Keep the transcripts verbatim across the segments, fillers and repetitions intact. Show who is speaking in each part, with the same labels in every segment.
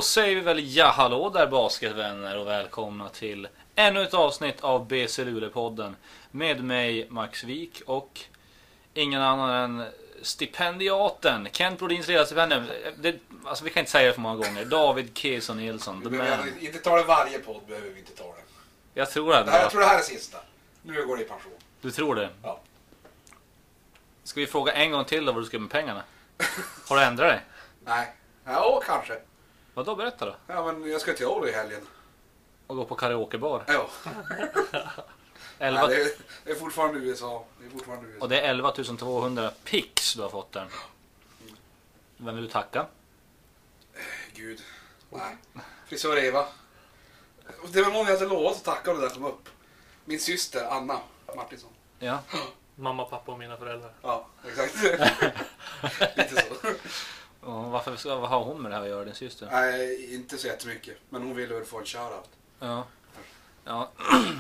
Speaker 1: säger vi väl ja hallå där basketvänner och välkomna till ännu ett avsnitt av B C Luleå-podden med mig Max Wik och ingen annan än stipendiaten Kent Brodins ledarstipendium. Det, alltså vi kan inte säga det för många gånger. David Keson Nilsson.
Speaker 2: Vi behöver inte ta det varje podd, behöver vi inte ta det.
Speaker 1: Jag tror det.
Speaker 2: Det här, jag tror det här är sista. Nu går det i pension.
Speaker 1: Du tror det?
Speaker 2: Ja.
Speaker 1: Ska vi fråga en gång till då vad du ska med pengarna? Har du ändrat dig?
Speaker 2: Nej. Ja, kanske.
Speaker 1: Vad då, berätta då.
Speaker 2: Ja, men jag ska till Åre i helgen.
Speaker 1: Och gå på karaokebar.
Speaker 2: Ja.
Speaker 1: elva...
Speaker 2: Nej, det, är, det är fortfarande U S A. Det är fortfarande U S A.
Speaker 1: Och det är elva tusen tvåhundra pix du har fått där. Vem vill du tacka?
Speaker 2: Gud. Nej. Frisör Eva. Det var någon jag hade lovat att tacka om det där kom upp. Min syster Anna Martinsson.
Speaker 1: Ja.
Speaker 3: Mamma, pappa och mina föräldrar.
Speaker 2: Ja, exakt. Lite så.
Speaker 1: Och varför vad har hon med det här att göra, din syster?
Speaker 2: Nej, inte så jättemycket. Men hon ville väl få en shoutout.
Speaker 1: Ja. Ja.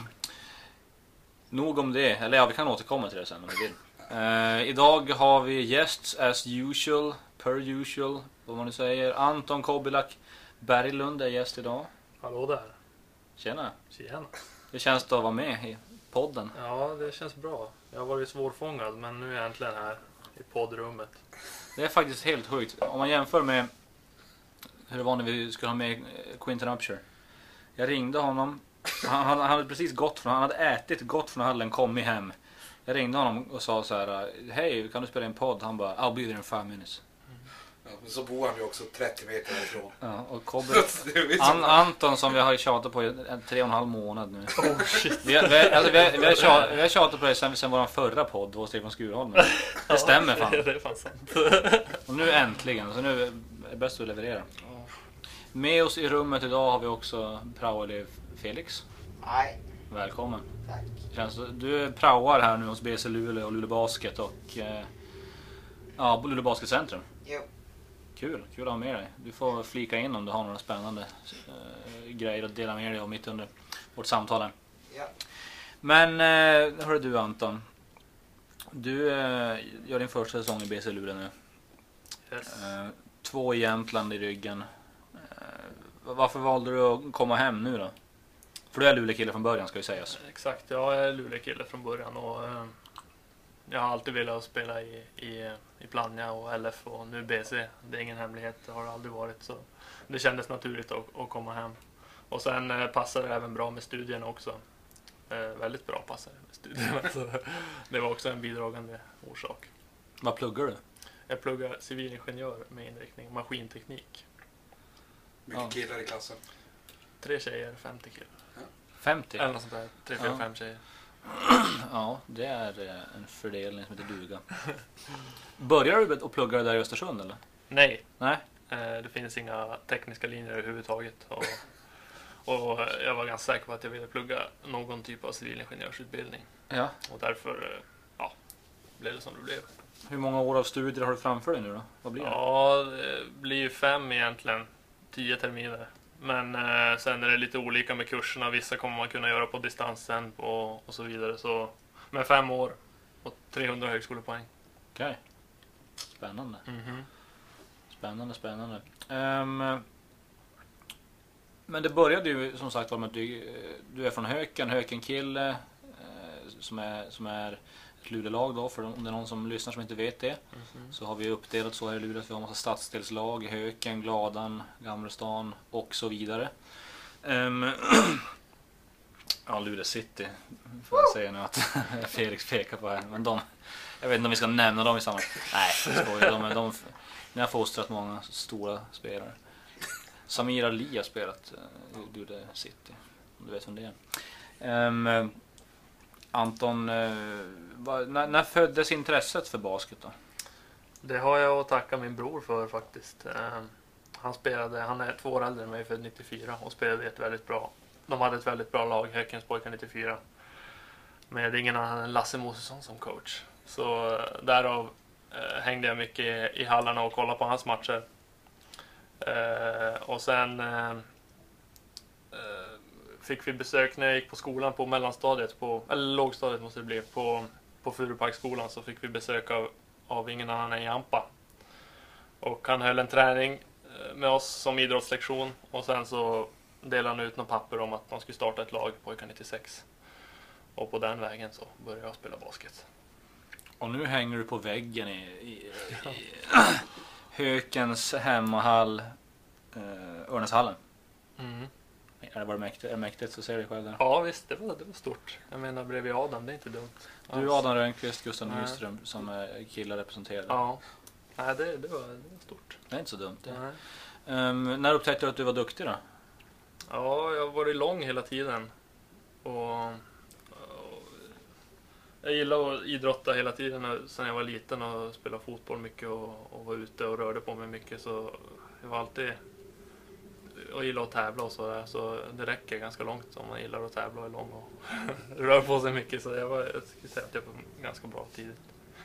Speaker 1: Nog om det. Eller ja, vi kan återkomma till det sen om vi vill. Uh, idag har vi gästs as usual, per usual, vad man nu säger. Anton Kobilak Berglund är gäst idag.
Speaker 3: Hallå där.
Speaker 1: Tjena.
Speaker 3: Tjena.
Speaker 1: Det känns då att vara med i podden.
Speaker 3: Ja, det känns bra. Jag har varit svårfångad, men nu är jag äntligen här i poddrummet.
Speaker 1: Det är faktiskt helt sjukt. Om man jämför med hur det var när vi skulle ha med Quinton Upshur. Jag ringde honom. Han, han, han hade precis gått från, han hade ätit, gått från hallen, kommit hem. Jag ringde honom och sa så här: hej, kan du spela en podd? Han bara, I'll be there in five minutes.
Speaker 2: Ja, men så bor han ju också trettio meter därifrån.
Speaker 1: Ja, och Kobbe, An, Anton som vi har tjatat på i en, tre och en halv månad nu.
Speaker 3: Oh shit.
Speaker 1: Vi, har, vi, alltså, vi, har, vi, har tjatat, vi har tjatat på det sen, sen vår förra podd, vår Stefan Skurholm. Det stämmer fan.
Speaker 3: Ja, det är fan sant.
Speaker 1: Och nu äntligen, så nu är det bäst att leverera. Med oss i rummet idag har vi också praoelev Felix.
Speaker 4: Nej,
Speaker 1: Välkommen.
Speaker 4: tack.
Speaker 1: Känns, du praoar här nu hos B C Luleå och Luleå Basket och eh, ja, Luleå Basketcentrum.
Speaker 4: Jo.
Speaker 1: Kul, kul att ha med dig. Du får flika in om du har några spännande eh, grejer att dela med dig av mitt under vårt samtal här.
Speaker 4: Ja.
Speaker 1: Men eh, hörru du Anton, du eh, gör din första säsong i B C Luleå nu.
Speaker 3: Yes.
Speaker 1: Eh, två i Jämtland i ryggen. Eh, varför valde du att komma hem nu då? För du är Luleå-kille från början ska ju sägas.
Speaker 3: Exakt, jag är Luleå-kille från början och eh, jag har alltid velat spela i, i, i Plannja och L F och nu B C. Det är ingen hemlighet, det har det aldrig varit. Så det kändes naturligt att, att komma hem. Och sen eh, passar det även bra med studierna också. Eh, väldigt bra passar det med studierna. Så det var också en bidragande orsak.
Speaker 1: Vad pluggar du?
Speaker 3: Jag pluggar civilingenjör med inriktning maskinteknik.
Speaker 2: Mycket
Speaker 1: Ja.
Speaker 2: killar i klassen.
Speaker 3: Tre tjejer, femtio killar.
Speaker 1: femtio?
Speaker 3: Eller något sånt där. Tre, fyra,
Speaker 1: Ja.
Speaker 3: fem tjejer.
Speaker 1: Ja, det är eh, en fördelning som heter duga. Börjar du att plugga där i Östersund eller?
Speaker 3: Nej,
Speaker 1: Nej?
Speaker 3: eh, det finns inga tekniska linjer överhuvudtaget. Och, och jag var ganska säker på att jag ville plugga någon typ av civilingenjörsutbildning.
Speaker 1: Ja.
Speaker 3: Och därför eh, ja, blev det som det blev.
Speaker 1: Hur många år av studier har du framför dig nu då? Vad blir det?
Speaker 3: Ja, det blir ju fem egentligen. Tio terminer. Men eh, sen är det lite olika med kurserna. Vissa kommer man kunna göra på distans sen och, och så vidare. Så, men fem år och trehundra högskolepoäng.
Speaker 1: Okej. Spännande.
Speaker 3: Mhm.
Speaker 1: Spännande, spännande. Ehm, men det började ju som sagt med att du, du är från Höken, Höken-kille eh, som är, som är ett Luleå-lag då, för om det är någon som lyssnar som inte vet det.
Speaker 3: Mhm.
Speaker 1: Så har vi uppdelat så här i Luleå att vi har en massa stadsdelslag, Höken, Gladan, Gamlestan och så vidare. Um, ja, Luleå City får jag säga nu att Felix pekar på här. Men de, jag vet inte om vi ska nämna dem i samma. Nej, jag skojar. De, de, ni har fostrat många stora spelare. Samir Ali har spelat i Luleå City, om du vet vem det är. Um, Anton, uh, var, när, när föddes intresset för basket då?
Speaker 3: Det har jag att tacka min bror för faktiskt. Eh, han spelade, han är två år äldre än mig, född nittiofyra och spelade ett väldigt bra. De hade ett väldigt bra lag, Hökens pojkar nittiofyra. Med ingen annan än Lasse Mosesson som coach. Så eh, därav eh, hängde jag mycket i, i hallarna och kollade på hans matcher. Eh, och sen eh, eh, fick vi besök när jag gick på skolan på mellanstadiet, på, eller lågstadiet måste det bli, på, på Furuparksskolan så fick vi besök av, av ingen annan än Jampa. Och han höll en träning med oss som idrottslektion och sen så delade han ut något papper om att de skulle starta ett lag pojkar nittiosex. Och på den vägen så började jag spela basket.
Speaker 1: Och nu hänger du på väggen i, i, i Hökens hemmahall, eh, Örnäshallen.
Speaker 3: Mm.
Speaker 1: Är det bara mäktigt, är det mäktigt så ser du själv där.
Speaker 3: Ja visst, det var, det var stort. Jag menar bredvid Adam, det är inte dumt.
Speaker 1: Du är Adam Rönnqvist, Gustav
Speaker 3: Nej.
Speaker 1: Nyström som är killar representerade.
Speaker 3: Ja, nej, det, det, var, det var stort.
Speaker 1: Det är inte så dumt det.
Speaker 3: Nej.
Speaker 1: Um, när upptäckte du att du var duktig då?
Speaker 3: Ja, jag har varit lång hela tiden. Och, och jag gillar att idrotta hela tiden och sen jag var liten och spelade fotboll mycket och, och var ute och rörde på mig mycket, så jag var alltid och gillar att tävla och så där, så det räcker ganska långt om man gillar att tävla och är lång och rör på sig mycket, så jag, var, jag skulle säga att jag var ganska bra tidigt.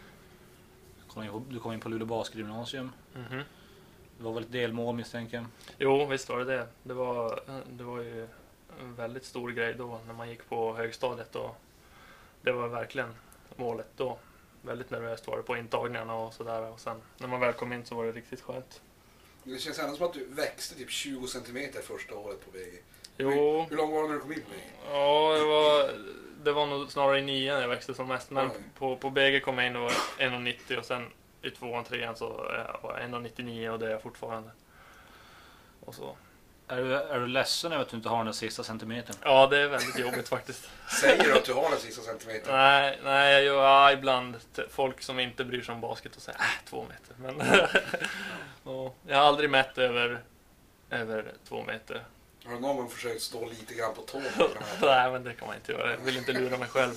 Speaker 1: Du kom in på Luleå Basketgymnasium.
Speaker 3: Mhm.
Speaker 1: Det var väl ett delmål misstänker jag.
Speaker 3: Jo, visst var det det. Det var, det var ju en väldigt stor grej då när man gick på högstadiet, och det var verkligen målet då. Väldigt nervöst var det på intagningarna och sådär, och sen när man väl kom in så var det riktigt skönt.
Speaker 2: Det känns ändå som att du växte typ tjugo centimeter första året på B G.
Speaker 3: Jo,
Speaker 2: Hur, hur lång var du när du kom in på B G?
Speaker 3: ja, det var, det var nog snarare i nian jag växte som mest, men
Speaker 2: Oj.
Speaker 3: på, på B G kom jag in och var en komma nittio och sen i tvåan, trean så var jag en komma nittionio och det är jag fortfarande. Och så.
Speaker 1: Är du, är du ledsen över att du inte har den sista centimetern?
Speaker 3: Ja, det är väldigt jobbigt faktiskt.
Speaker 2: Säger du att du har den sista centimetern?
Speaker 3: Nej, nej, jag gör ja, ibland t- folk som inte bryr sig om basket och säger äh, två meter. Men och jag har aldrig mätt över, över två meter.
Speaker 2: Har du någon gång försökt stå lite grann på tå?
Speaker 3: Nej, men det kan man inte göra. Jag vill inte lura mig själv.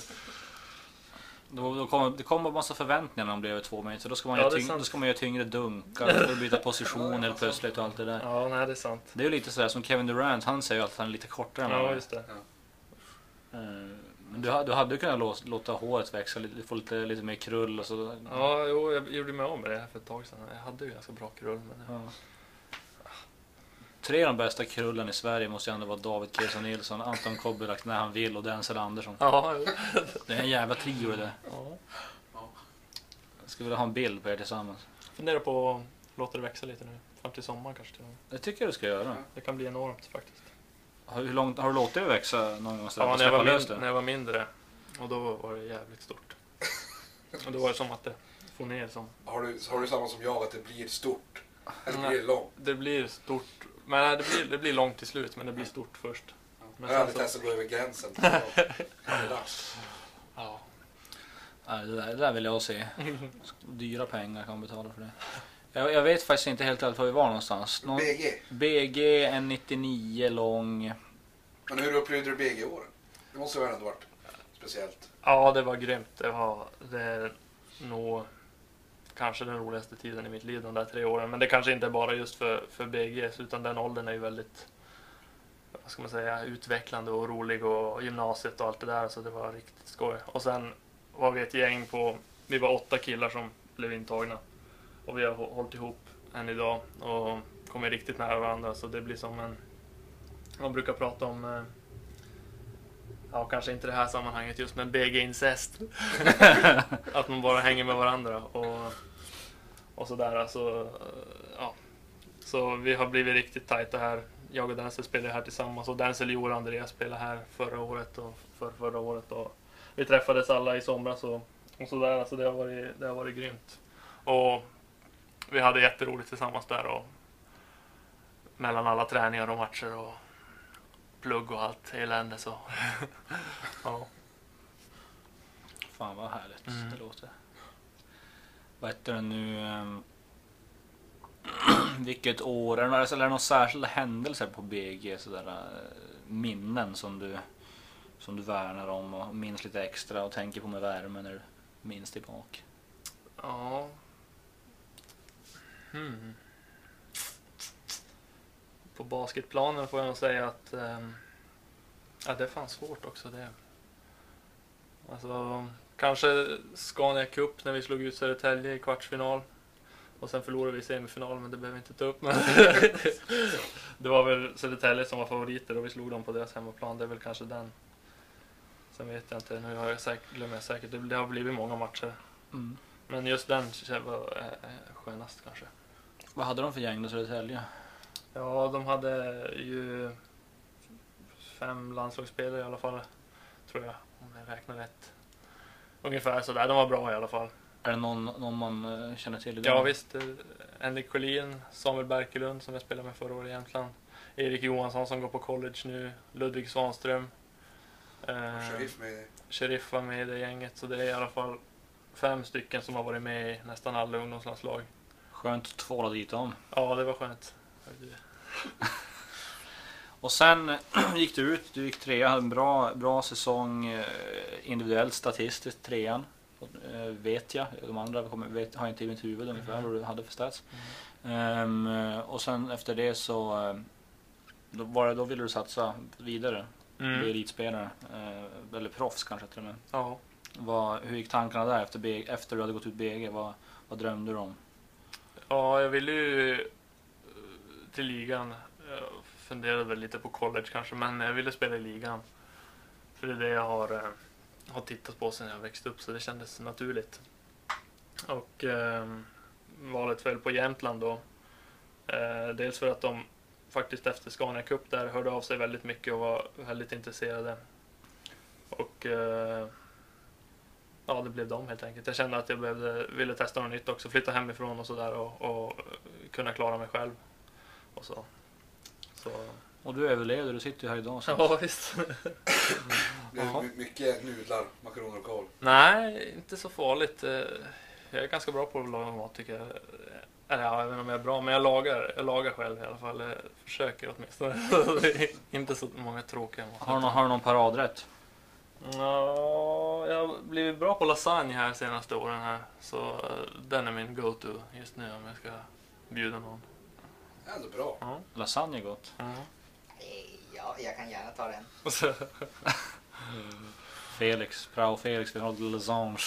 Speaker 1: Då, då kommer, det kommer en massa förväntningar när de blir över två meter. Då ska man,
Speaker 3: Ja,
Speaker 1: göra,
Speaker 3: det är
Speaker 1: tyng,
Speaker 3: sant.
Speaker 1: då ska man göra tyngre dunkar, då ska du byta position helt plötsligt och allt det där.
Speaker 3: Ja, nej, det är sant.
Speaker 1: Det är ju lite sådär som Kevin Durant, han säger ju att han är lite kortare än
Speaker 3: Ja,
Speaker 1: vad
Speaker 3: just det.
Speaker 1: Eh, Men du, ha- du hade ju kunnat låta, låta håret växa, lite, få lite, lite mer krull och så.
Speaker 3: Ja, jo, jag gjorde mig av med det här för ett tag sedan. Jag hade ju ganska bra krull, men
Speaker 1: Ja. Tre av de bästa krullen i Sverige måste ju ändå vara David Kesa Nilsson, Anton Kobbelak när han vill och Denzel Andersson.
Speaker 3: ja, jo.
Speaker 1: Det är en jävla trio det där.
Speaker 3: Ja.
Speaker 1: Jag skulle vilja ha en bild på er tillsammans.
Speaker 3: Funderar på att låta det växa lite nu. Fram till sommaren kanske till och med.
Speaker 1: Det tycker jag du ska göra.
Speaker 3: Det kan bli enormt faktiskt.
Speaker 1: Har, hur långt, har du låtit det växa någon gång? Så
Speaker 3: Ja,
Speaker 1: att
Speaker 3: när jag,
Speaker 1: släppa
Speaker 3: var
Speaker 1: lös
Speaker 3: min,
Speaker 1: det?
Speaker 3: när jag var mindre. Och då var det jävligt stort. Och då var det som att det får ner som...
Speaker 2: Har du, har du samma som jag, att det blir stort? Eller
Speaker 3: Nej.
Speaker 2: blir det långt?
Speaker 3: Det blir stort. Men nej, det blir, det blir långt till slut, men det blir stort först. Men
Speaker 2: Jag har
Speaker 3: sen
Speaker 2: aldrig
Speaker 3: så-
Speaker 2: testat att gå över gränsen. Ja, det är dags.
Speaker 3: Ja.
Speaker 1: Nej, det, där, det där vill jag se. Dyra pengar kan man betala för det. Jag, jag vet faktiskt inte helt rätt var vi var någonstans. Någon,
Speaker 2: B G.
Speaker 1: B G, en nittionio lång.
Speaker 2: Men hur upplevde du B G-åren? Det måste väl ändå varit speciellt.
Speaker 3: Ja, det var grymt. Det var det är nog kanske den roligaste tiden i mitt liv, de där tre åren. Men det kanske inte är bara just för, för B G S, utan den åldern är ju väldigt, vad ska man säga, utvecklande och rolig, och gymnasiet och allt det där, så det var riktigt skoj. Och sen var vi ett gäng på, vi var åtta killar som blev intagna. Och vi har hå- hållit ihop än idag och kommer riktigt nära varandra, så det blir som en, man brukar prata om, eh, ja kanske inte det här sammanhanget just, men B G-incest. Att man bara hänger med varandra och, och sådär. Alltså, ja. Så vi har blivit riktigt tajta här. Jag och Denzel spelar här tillsammans, och Denzel, Joel och Andreas spelade här förra året och för förra året. Och vi träffades alla i somras och, och sådär. Alltså det har varit, det har varit grymt. Och vi hade jätteroligt tillsammans där, och mellan alla träningar och matcher och plugg och allt elände så. Ja.
Speaker 1: Fan vad härligt
Speaker 3: Mm.
Speaker 1: det låter. Vad heter det nu? Um, vilket år? Är det, några, eller är det några särskilda händelser på B G? Sådär, uh, minnen som du, som du värnar om och minns lite extra och tänker på med värme när du minns tillbaka?
Speaker 3: Ja. Hmm. På basketplanen får jag nog säga att ehm, ja, det fanns svårt också det. Alltså, kanske Scania Cup när vi slog ut Södertälje i kvartsfinal. Och sen förlorade vi i semifinal, men det behöver vi inte ta upp. Men det var väl Södertälje som var favoriter och vi slog dem på deras hemmaplan. Det är väl kanske den. Sen vet jag inte, nu har jag säkert, glömmer jag säkert. Det, det har blivit många matcher.
Speaker 1: Mm.
Speaker 3: Men just den var äh, skönast kanske.
Speaker 1: Vad hade de för gäng då, Södertälje?
Speaker 3: Ja, de hade ju fem landslagsspelare i alla fall, tror jag, om jag räknar rätt. Ungefär sådär, de var bra i alla fall.
Speaker 1: Är det någon, någon man eh, känner till idag?
Speaker 3: Ja visst, eh, Henrik Collin, Samuel Berkelund som jag spelade med förra året i Jämtland. Erik Johansson som går på college nu, Ludvig Svanström. Eh,
Speaker 2: Sheriff med dig.
Speaker 3: Sheriff var med i det gänget, så det är i alla fall fem stycken som har varit med i nästan alla ungdomslandslag.
Speaker 1: Skönt att tvåla dit dem.
Speaker 3: Ja, det var skönt.
Speaker 1: Och sen gick du ut, du gick trea, hade en bra, bra säsong eh, individuellt, statistiskt, trean. Eh, vet jag, de andra kommer, vet, har inte i mitt huvud ungefär vad du hade för stats. Mm. Um, och sen efter det så eh, då, var det, då ville du satsa vidare,
Speaker 3: Mm.
Speaker 1: bli elitspelare, eh, eller proffs kanske till och med.
Speaker 3: Ja.
Speaker 1: Vad, hur gick tankarna där efter, B, efter du hade gått ut B G? Vad, vad drömde du om?
Speaker 3: Ja, jag ville ju till ligan. Jag funderade väl lite på college kanske, men jag ville spela i ligan. För det är det jag har, eh, har tittat på sedan jag växte upp, så det kändes naturligt. Och eh, valet föll på Jämtland då. Eh, dels för att de faktiskt efter Scania Cup där hörde av sig väldigt mycket och var väldigt intresserade. Och eh, ja, det blev de helt enkelt. Jag kände att jag behövde, ville testa något nytt också, flytta hemifrån och sådär och, och kunna klara mig själv. Och så. så.
Speaker 1: Och du överlevde, du sitter ju här idag. Så.
Speaker 3: Ja, visst.
Speaker 2: Det är my- mycket nudlar, makaroner och kål.
Speaker 3: Nej, inte så farligt. Eh, Jag är ganska bra på att laga mat tycker jag. Eller ja, jag vet inte om jag är bra, men jag lagar, jag lagar själv i alla fall. Jag försöker åtminstone. Det är inte så många tråkiga mat.
Speaker 1: Har du någon, har du någon paradrätt?
Speaker 3: Ja, jag har blivit bra på lasagne här senaste åren här. Så eh, den är min go-to just nu om jag ska bjuda någon.
Speaker 2: Ja, det är bra.
Speaker 3: Ja.
Speaker 1: Lasagne är gott.
Speaker 3: Ja.
Speaker 4: Eh, Ja, jag kan gärna ta den.
Speaker 3: Och så,
Speaker 1: Felix, Prao Felix vill ha lite lasagne.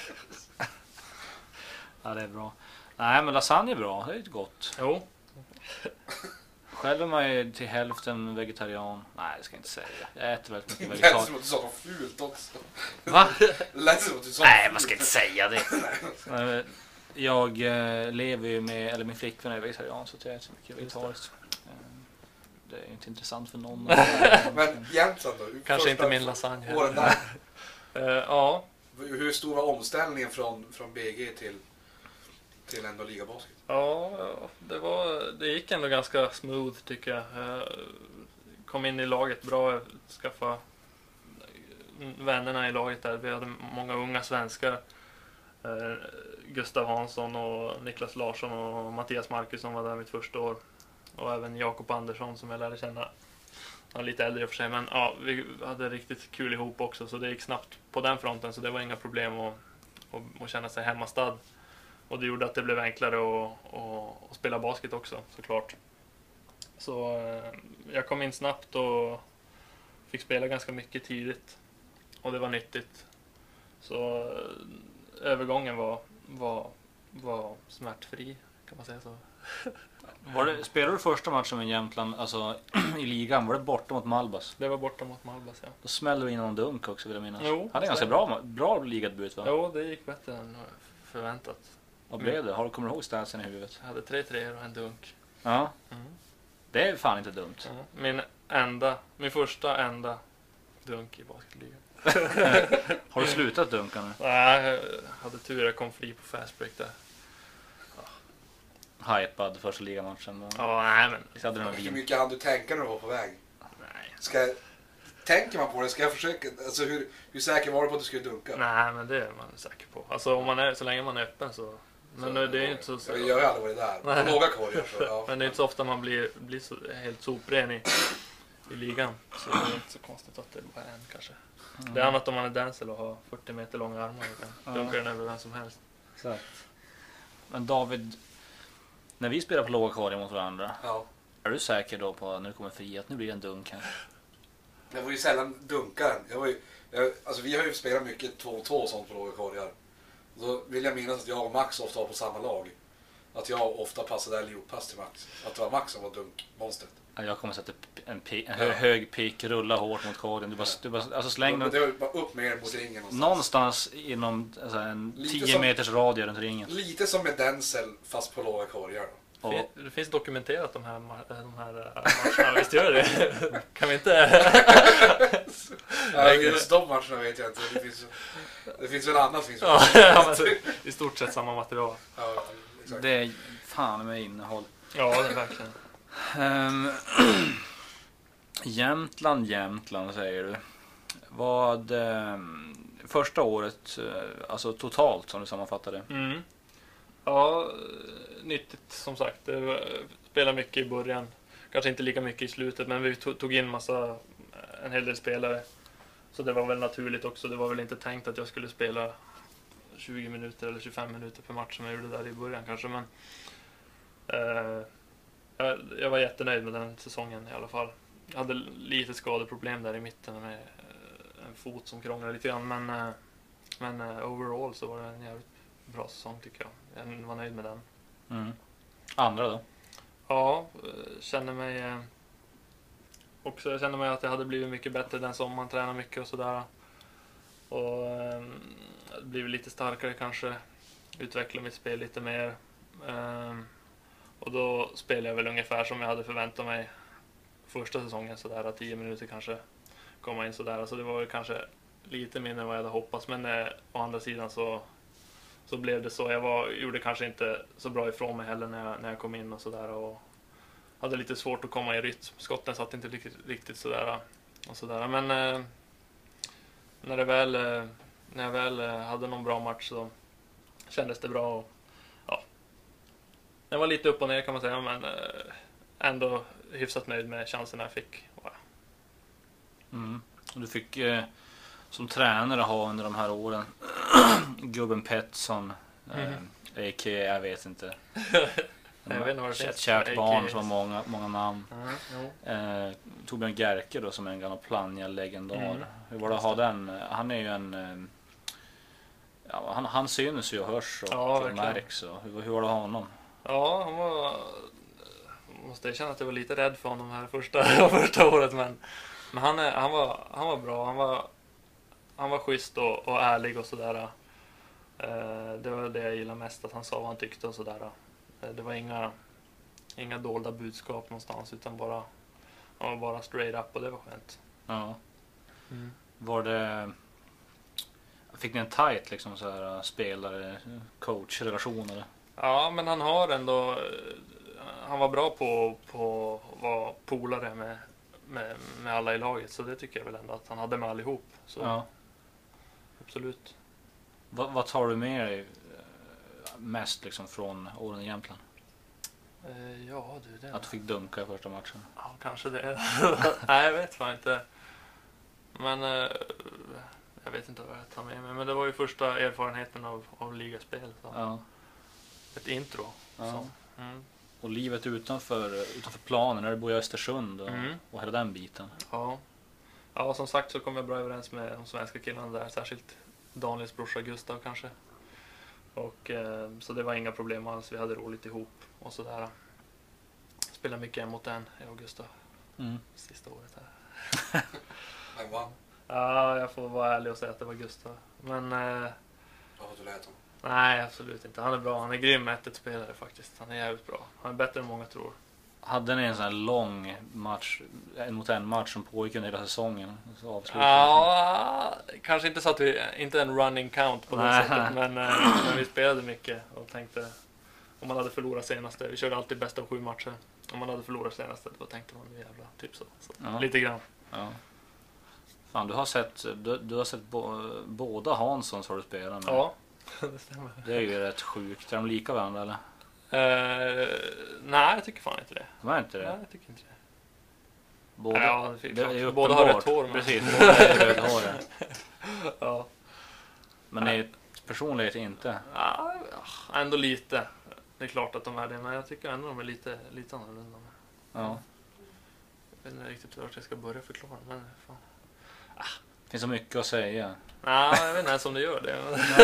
Speaker 1: Ja, det är bra. Nej, men lasagne är bra, det är ju gott.
Speaker 3: jo,
Speaker 1: Själv är man ju till hälften vegetarian. Nej, det ska jag inte säga. Jag äter väldigt mycket
Speaker 2: Det lät
Speaker 1: vegetarian.
Speaker 2: som att du sa något fult också.
Speaker 1: Va?
Speaker 2: Det lät som att du sa
Speaker 1: Nej,
Speaker 2: något
Speaker 1: man ska
Speaker 2: fult.
Speaker 1: inte säga det. Eh, Jag eh, lever ju med, eller min flickvän är vegetarian så jag äter mycket vegetariskt. Eh, Det är inte intressant för någon.
Speaker 2: Men Jämtland då?
Speaker 3: kanske
Speaker 2: Första
Speaker 3: inte min lasagne.
Speaker 2: åren där.
Speaker 3: Eh, ja,
Speaker 2: Hur stor var omställningen från, från B G till, till ändå ligabasket?
Speaker 3: ja det, var, det gick ändå ganska smooth tycker jag. Jag kom in i laget bra, skaffa vännerna i laget där. Vi hade många unga svenskar. Eh, Gustav Hansson och Niklas Larsson och Mattias Markusson var där mitt första år. Och även Jakob Andersson som jag lärde känna. Han är lite äldre i och för sig, men ja, vi hade riktigt kul ihop också, så det gick snabbt på den fronten, så det var inga problem att, att, att känna sig hemmastad. Och det gjorde att det blev enklare att, att, att spela basket också, såklart. Så eh, jag kom in snabbt och fick spela ganska mycket tidigt. Och det var nyttigt. Så eh, övergången var, var, var smärtfri, kan man säga så.
Speaker 1: Var det, spelade du första matchen med Jämtland, alltså i ligan, var det borta mot Malbas?
Speaker 3: Det var borta mot Malbas, ja.
Speaker 1: Då smällde du in någon dunk också vill jag minnas.
Speaker 3: Jo,
Speaker 1: Han är ganska
Speaker 3: stämmer.
Speaker 1: bra, bra ligadebut va?
Speaker 3: Jo, det gick bättre än förväntat.
Speaker 1: Vad blev det? Har du, kommer du ihåg statsen i huvudet?
Speaker 3: Jag hade tre treor och en dunk.
Speaker 1: Ja,
Speaker 3: Mm.
Speaker 1: det är fan inte dumt.
Speaker 3: Ja. Min enda, min första enda dunk i basketligan.
Speaker 1: Har du slutat dunka nu?
Speaker 3: Nej, jag hade tur, jag kom fri på fast break där.
Speaker 1: Hypad första ligamatchen. Och...
Speaker 3: Ja, nej men.
Speaker 1: Visst hade du någon
Speaker 2: Hur
Speaker 1: vin?
Speaker 2: mycket hann du tänka när du var på väg?
Speaker 3: Nej.
Speaker 2: Ska jag, tänker man på det? Ska jag försöka? Alltså hur, hur säker var du på att du skulle dunka?
Speaker 3: Nej, men det är man säker på. Alltså om man är, så länge man är öppen så. Men
Speaker 2: Så,
Speaker 3: det är inte så, så
Speaker 2: Jag, jag har aldrig varit där.
Speaker 3: Nej.
Speaker 2: På låga korgar så, ja.
Speaker 3: men det är inte så ofta man blir, blir så, helt sopren i, i ligan. Så det är inte så konstigt att det bara är en kanske. Det är annat om man är Denzel och har fyrtio meter långa armar och kan
Speaker 1: Ja.
Speaker 3: dunka den över vem som helst.
Speaker 1: Exakt. Men David, när vi spelar på låga korgar mot varandra,
Speaker 2: Ja.
Speaker 1: är du säker då på när du kommer fri att nu blir det en dunk här?
Speaker 2: Jag var ju sällan dunkaren. Jag var ju, jag, alltså vi har ju spelat mycket två två och sånt på låga korgar. Då vill jag minnas att jag och Max ofta var på samma lag. Att jag ofta passade allihop-pass till Max. Att det var Max som var dunkmonstret.
Speaker 1: Ja, jag kommer sätta en, pi- en hö- hög pick, rulla hårt mot korgen. Du bara, du bara alltså släng
Speaker 2: Det
Speaker 1: den
Speaker 2: var ju bara upp med er mot ringen någonstans.
Speaker 1: någonstans inom alltså, en
Speaker 2: Lite
Speaker 1: tio
Speaker 2: som-
Speaker 1: meters radie runt ringen.
Speaker 2: Lite som med Denzel fast på låga korgar. Då.
Speaker 1: Och,
Speaker 3: Det finns dokumenterat de här, ma- de här äh, matcherna, visst gör det? Kan vi inte...
Speaker 2: Ja, just de matcherna vet jag inte. Det finns, det finns väl annat. Finns väl.
Speaker 3: ja, ja, men i stort sett samma material.
Speaker 2: Ja, exakt.
Speaker 1: det är fan med innehåll.
Speaker 3: Ja, det är verkligen.
Speaker 1: Um, Jämtland, Jämtland säger du. Vad um, första året, uh, alltså totalt som du sammanfattade?
Speaker 3: Mm. Ja, nyttigt som sagt. Det var, spelade mycket i början. Kanske inte lika mycket i slutet, men vi tog, tog in massa, en hel del spelare. Så det var väl naturligt också. Det var väl inte tänkt att jag skulle spela tjugo minuter eller tjugofem minuter per match som jag gjorde där i början kanske. Men eh, jag, jag var jättenöjd med den säsongen i alla fall. Jag hade lite skadeproblem där i mitten med eh, en fot som krånglade lite grann. Men, eh, men eh, overall så var det en jävligt bra säsong tycker jag. Jag var nöjd med den.
Speaker 1: Mm. Andra då?
Speaker 3: Ja, eh, känner mig eh, också, jag känner mig att jag hade blivit mycket bättre den sommaren, tränade mycket och sådär. Och eh, blivit lite starkare kanske, utveckla mitt spel lite mer. Eh, och då spelade jag väl ungefär som jag hade förväntat mig första säsongen, sådär tio minuter kanske, komma in sådär. Så det var väl kanske lite mindre än vad jag hade hoppats, men eh, å andra sidan så så blev det så. Jag var, gjorde kanske inte så bra ifrån mig heller när jag, när jag kom in och sådär, och hade lite svårt att komma i rytm. Skotten satt inte riktigt, riktigt sådär och sådär. Men eh, när, det väl, eh, när jag väl eh, hade någon bra match så kändes det bra. Och, ja. Jag var lite upp och ner kan man säga, men eh, ändå hyfsat nöjd med chanserna jag fick. Ja.
Speaker 1: Mm. Och du fick eh, som tränare ha under de här åren gubben Pettersson,
Speaker 3: Mm.
Speaker 1: eh, a k a jag vet inte.
Speaker 3: Jag vet inte vad det
Speaker 1: Ett
Speaker 3: finns
Speaker 1: kärt
Speaker 3: för
Speaker 1: barn
Speaker 3: A K As.
Speaker 1: som har många, många namn.
Speaker 3: Mm, jo.
Speaker 1: Eh, Torbjörn Gerke då, som är en gammal Plannja-legendar.
Speaker 3: Mm.
Speaker 1: Hur var det att ha den? Han är ju en... eh, Ja, han, han syns ju och hörs och
Speaker 3: Ja, verkligen.
Speaker 1: märks. Och, hur, hur var det att ha honom?
Speaker 3: Ja, han var... Måste erkänna att jag var lite rädd för honom här första, första året, men, men han, är, han, var, han var bra. Han var, han var schysst och, och ärlig och sådär. Eh, det var det jag gillade mest, att han sa vad han tyckte och sådär. Eh, det var inga, inga dolda budskap någonstans, utan bara, han var bara straight up, och det var skönt.
Speaker 1: Ja.
Speaker 3: Mm.
Speaker 1: Var det... Fick ni en tight liksom, så här, spelare, coach-relation eller?
Speaker 3: Ja, men han har ändå... eh, Han var bra på, på att vara polare med, med, med alla i laget, så det tycker jag väl ändå att han hade med allihop. Så
Speaker 1: Ja.
Speaker 3: absolut.
Speaker 1: Vad, vad tar du med dig eh, mest liksom från åren i Jämtland?
Speaker 3: Eh, ja, du, det...
Speaker 1: Att du fick dunka i första matchen?
Speaker 3: Ja, kanske det. Nej, jag vet fan inte. Men eh, jag vet inte vad jag tar med mig. Men det var ju första erfarenheten av, av ligaspel. Så.
Speaker 1: Ja.
Speaker 3: Ett intro.
Speaker 1: Ja.
Speaker 3: Så. Mm.
Speaker 1: Och livet utanför, utanför planen, när du bor i Östersund och,
Speaker 3: Mm.
Speaker 1: och hela den biten.
Speaker 3: Ja. Ja, som sagt så kom jag bra överens med de svenska killarna där. Särskilt Daniels brorsa Gustav kanske. Och, eh, så det var inga problem alls. Vi hade roligt ihop och sådär. Spelade mycket en mot en, jag och Gustav.
Speaker 1: Mm.
Speaker 3: Sista året här.
Speaker 2: Men va?
Speaker 3: Ja, jag får vara ärlig och säga att det var Gustav. Men eh,
Speaker 2: Vad har du lärt honom?
Speaker 3: nej, absolut inte. Han är bra. Han är grym ett ett spelare faktiskt. Han är jävligt bra. Han är bättre än många tror.
Speaker 1: Hade ni en sån här lång match, en mot en match som pågick under hela säsongen? Så avslutade
Speaker 3: Ja, kanske inte så att vi, inte en running count på det
Speaker 1: Nej.
Speaker 3: sättet, men, eh, men vi spelade mycket och tänkte om man hade förlorat senaste, vi körde alltid bäst av sju matcher. Om man hade förlorat senaste, då tänkte man nu jävla typ så. så
Speaker 1: Ja.
Speaker 3: lite grann.
Speaker 1: Ja. Fan, du har sett, du, du har sett bo, båda Hanssons har du spelat med.
Speaker 3: Ja, det stämmer.
Speaker 1: Det är ju rätt sjukt. Är de lika varandra eller?
Speaker 3: Eh, nej, jag tycker fan inte det.
Speaker 1: De är inte det?
Speaker 3: Nej, jag tycker inte det.
Speaker 1: Båda,
Speaker 3: Ja, det är
Speaker 1: det är
Speaker 3: klart.
Speaker 1: ju
Speaker 3: Båda har
Speaker 1: uppenbart.
Speaker 3: rött hår, men-
Speaker 1: Precis, båda är rödhåriga.
Speaker 3: Ja.
Speaker 1: Men i personlighet inte.
Speaker 3: Ja, ändå lite. Det är klart att de är det, men jag tycker ändå de är lite, lite annorlunda.
Speaker 1: Ja.
Speaker 3: Jag vet inte riktigt vart jag ska börja förklara, men fan.
Speaker 1: Det finns så mycket att säga.
Speaker 3: Nej, jag vet inte ens om det gör det.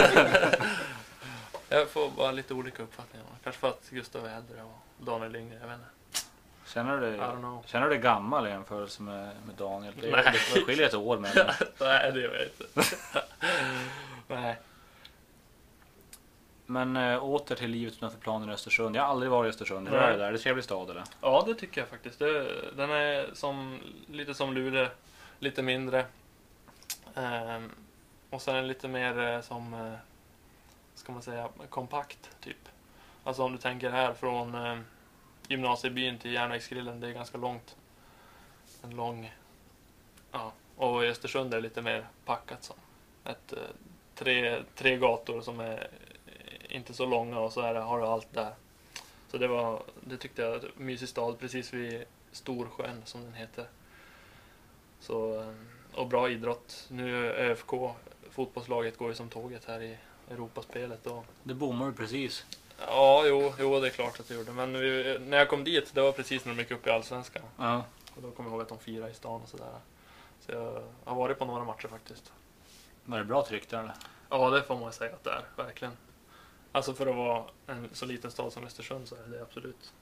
Speaker 3: Jag får bara lite olika uppfattningar. Kanske för att Gustav är äldre och Daniel är yngre, jag vet inte.
Speaker 1: Känner du
Speaker 3: I
Speaker 1: dig,
Speaker 3: don't know.
Speaker 1: känner du dig gammal i jämförelse med, med Daniel? Det,
Speaker 3: Nej.
Speaker 1: är, det skiljer ett år med.
Speaker 3: Nej, det gör jag inte. Nej.
Speaker 1: Men äh, åter till livet utanför planen i Östersund. Jag har aldrig varit i Östersund. Hur är det där? Är det trevlig stad eller?
Speaker 3: Ja, det tycker jag faktiskt. Det, den är som, lite som Luleå, lite mindre. Ehm, och sen är den lite mer eh, som, eh, ska man säga, kompakt typ. Alltså om du tänker här från eh, gymnasiebyn till Järnvägsgrillen, det är ganska långt. En lång, ja. Och i Östersund är det lite mer packat som. Ett, eh, tre, tre gator som är inte så långa och så är det, har du allt där. Så det var, det tyckte jag, en mysig stad precis vid Storsjön som den heter. Så, och bra idrott. Nu är ÖFK, fotbollslaget, går ju som tåget här i Europaspelet. Och,
Speaker 1: Det bommar du precis.
Speaker 3: ja, jo, jo, det är klart att det gjorde. Men vi, när jag kom dit, det var precis när de gick upp i Allsvenskan.
Speaker 1: Ja.
Speaker 3: Och då kom jag ihåg att de firar i stan och sådär. Så jag har varit på några matcher faktiskt.
Speaker 1: Var det bra tryck där eller?
Speaker 3: Ja, det får man säga att det är, verkligen. Alltså för att vara en så liten stad som Östersund så är det absolut.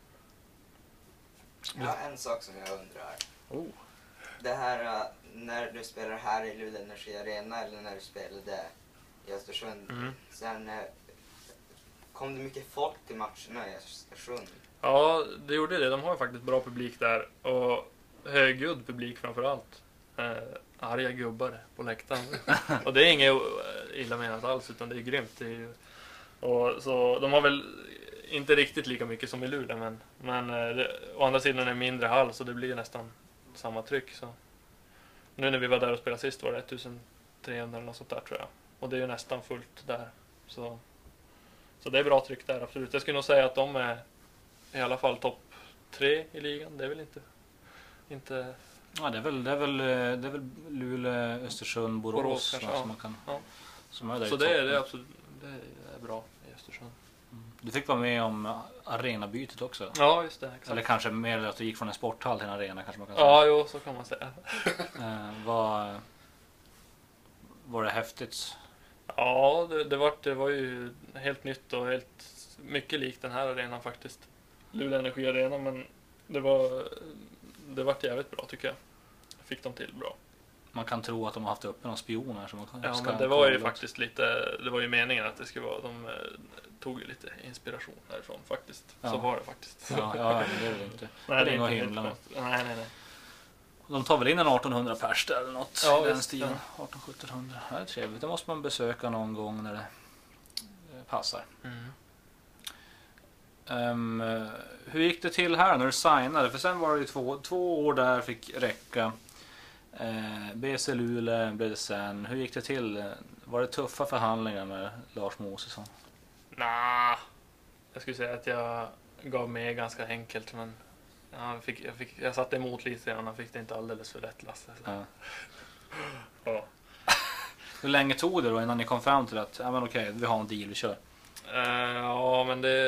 Speaker 4: Jag har en sak som jag undrar.
Speaker 3: Oh.
Speaker 4: Det här äh, när du spelar här i Luleå Energi Arena eller när du spelade i Östersund.
Speaker 3: Mm.
Speaker 4: Sen äh, kom det mycket folk till matcherna i Östersund.
Speaker 3: Ja, det gjorde det. De har ju faktiskt bra publik där. Och högljudd publik framförallt. Eh, arga gubbar på läktaren. Och det är inget illa menat alls, utan det är grymt. Det är ju, och, så de har väl inte riktigt lika mycket som i Luleå, men, men eh, det, å andra sidan är det en mindre hall, så det blir nästan samma tryck. Så. Nu när vi var där och spelade sist var det ettusentrehundra eller något sånt där, tror jag. Och det är ju nästan fullt där. Så, så det är bra tryck där, absolut. Jag skulle nog säga att de är i alla fall topp tre i ligan. Det är väl inte... inte
Speaker 1: Ja, det är väl, det är väl, det är väl Luleå, Östersund, Borås,
Speaker 3: Borås kanske,
Speaker 1: va,
Speaker 3: ja.
Speaker 1: som man kan,
Speaker 3: Ja.
Speaker 1: som är där
Speaker 3: så
Speaker 1: i
Speaker 3: det är,
Speaker 1: toppen.
Speaker 3: det, är absolut, det är bra i Östersund.
Speaker 1: Mm. Du fick vara med om arenabytet också.
Speaker 3: Ja, just det. Exakt.
Speaker 1: Eller kanske mer att du gick från en sporthall till en arena, kanske man kan säga.
Speaker 3: Ja, jo, så kan man säga.
Speaker 1: Eh, var, var det häftigt?
Speaker 3: Ja, det, det, var, det var ju helt nytt och helt mycket likt den här arenan faktiskt. Luleå Energi Arena, men det var det var jävligt bra tycker jag. Fick de till bra.
Speaker 1: Man kan tro att de har haft uppe någon spion här som man kan,
Speaker 3: Ja,
Speaker 1: ska
Speaker 3: men det var ju
Speaker 1: kolla.
Speaker 3: faktiskt lite, det var ju meningen att det skulle vara, de eh, tog ju lite inspiration därifrån faktiskt.
Speaker 1: Ja.
Speaker 3: Så var det faktiskt.
Speaker 1: Ja, ja, men det är väl inte.
Speaker 3: Nej,
Speaker 1: det är
Speaker 3: är
Speaker 1: inget att
Speaker 3: inte
Speaker 1: hymla med.
Speaker 3: helt- Nej, nej, nej.
Speaker 1: De tar väl in en artonhundra pers där eller något
Speaker 3: Ja,
Speaker 1: i den
Speaker 3: visst,
Speaker 1: stilen. arton sjuttonhundra. Det är trevligt. Det måste man besöka någon gång när det eh, passar.
Speaker 3: Mm.
Speaker 1: Um, hur gick det till här när du signade? För sen var det ju två, två år där fick räcka. Uh, B C Luleå blev det sen. Hur gick det till? Var det tuffa förhandlingar med Lars Mosesson?
Speaker 3: Nah, jag skulle säga att jag gav med ganska enkelt, men jag, fick, jag, fick, jag satte emot lite grann. Han fick det inte alldeles för lätt, Lasse. Så.
Speaker 1: Ja.
Speaker 3: Ja.
Speaker 1: Hur länge tog det då innan ni kom fram till att ja, men okej, vi har en deal, vi kör?
Speaker 3: Eh, ja, men det...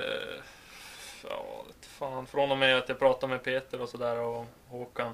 Speaker 3: Ja, vet fan. Från och med att jag pratade med Peter och sådär och Håkan,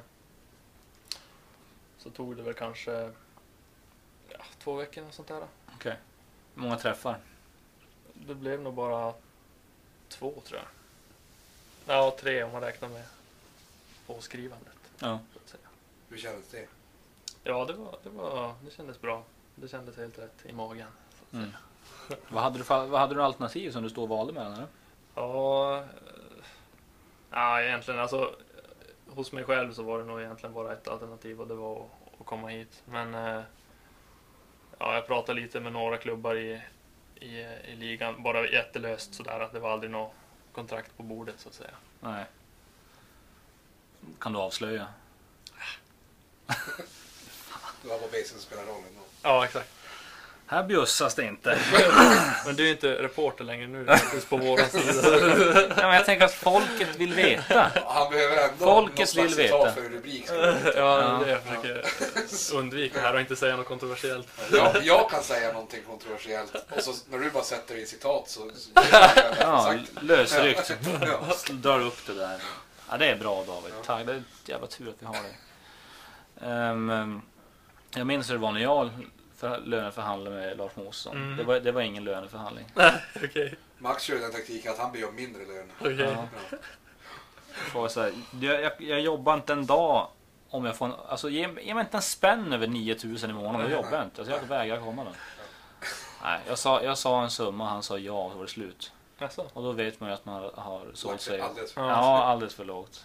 Speaker 3: så tog det väl kanske ja, två veckor och sånt där.
Speaker 1: Okej. Hur många träffar?
Speaker 3: Det blev nog bara två, tror jag. Ja, tre om man räknar med påskrivandet.
Speaker 1: Ja.
Speaker 3: Så att säga.
Speaker 2: Hur kändes det?
Speaker 3: Ja, det, var, det, var, det kändes bra. Det kändes helt rätt i magen. Så att
Speaker 1: Mm.
Speaker 3: säga.
Speaker 1: Vad hade du för, vad hade du alternativ som du stod och valde mellan? Eller?
Speaker 3: Ja, eh, ja, egentligen alltså hos mig själv så var det nog egentligen bara ett alternativ, och det var att, att komma hit. Men eh, ja, jag pratade lite med några klubbar i, i, i ligan, bara jättelöst sådär, att det var aldrig något kontrakt på bordet så att säga.
Speaker 1: Nej. Kan du avslöja?
Speaker 2: Det var på basen som spelar rollen då.
Speaker 3: Ja, exakt.
Speaker 1: Här bjussas det inte.
Speaker 3: Men du är inte reporter längre nu, det är faktiskt på våran sida.
Speaker 1: Ja, men jag tänker att folket vill veta.
Speaker 2: Han behöver ändå
Speaker 1: Folket
Speaker 2: något slags
Speaker 1: vill veta.
Speaker 2: citat för en rubrik. skulle jag säga.
Speaker 3: Ja,
Speaker 1: Ja.
Speaker 3: det är det jag försöker undvika här och inte säga något kontroversiellt.
Speaker 2: Jag, jag kan säga någonting kontroversiellt och så när du bara sätter det i citat så... så
Speaker 1: Ja, lösryckt.
Speaker 2: Ja.
Speaker 1: Drar upp det där. Ja, det är bra David.
Speaker 2: Ja.
Speaker 1: Tack, det är ett jävla tur att vi har dig. Um, jag minns hur det var när jag för, löneförhandlade med Lars Mosesson.
Speaker 3: Mm.
Speaker 1: Det, var, det var ingen löneförhandling.
Speaker 3: Okej,
Speaker 2: Max kör den taktiken att han ber om mindre lön.
Speaker 3: okej.
Speaker 1: Ja.
Speaker 2: Ja.
Speaker 1: Får så här, jag, jag, jag jobbar inte en dag om jag får en, alltså ge, ge mig inte en spänn över nio tusen i månaden, då jobbar jag inte. Alltså jag vägrar komma då. Nej, jag sa, jag sa en summa och han sa ja och så var det slut.
Speaker 3: Jaså?
Speaker 1: Och då vet man ju att man har sålt sig.
Speaker 2: Alldeles för.
Speaker 1: Ja, alldeles för lågt.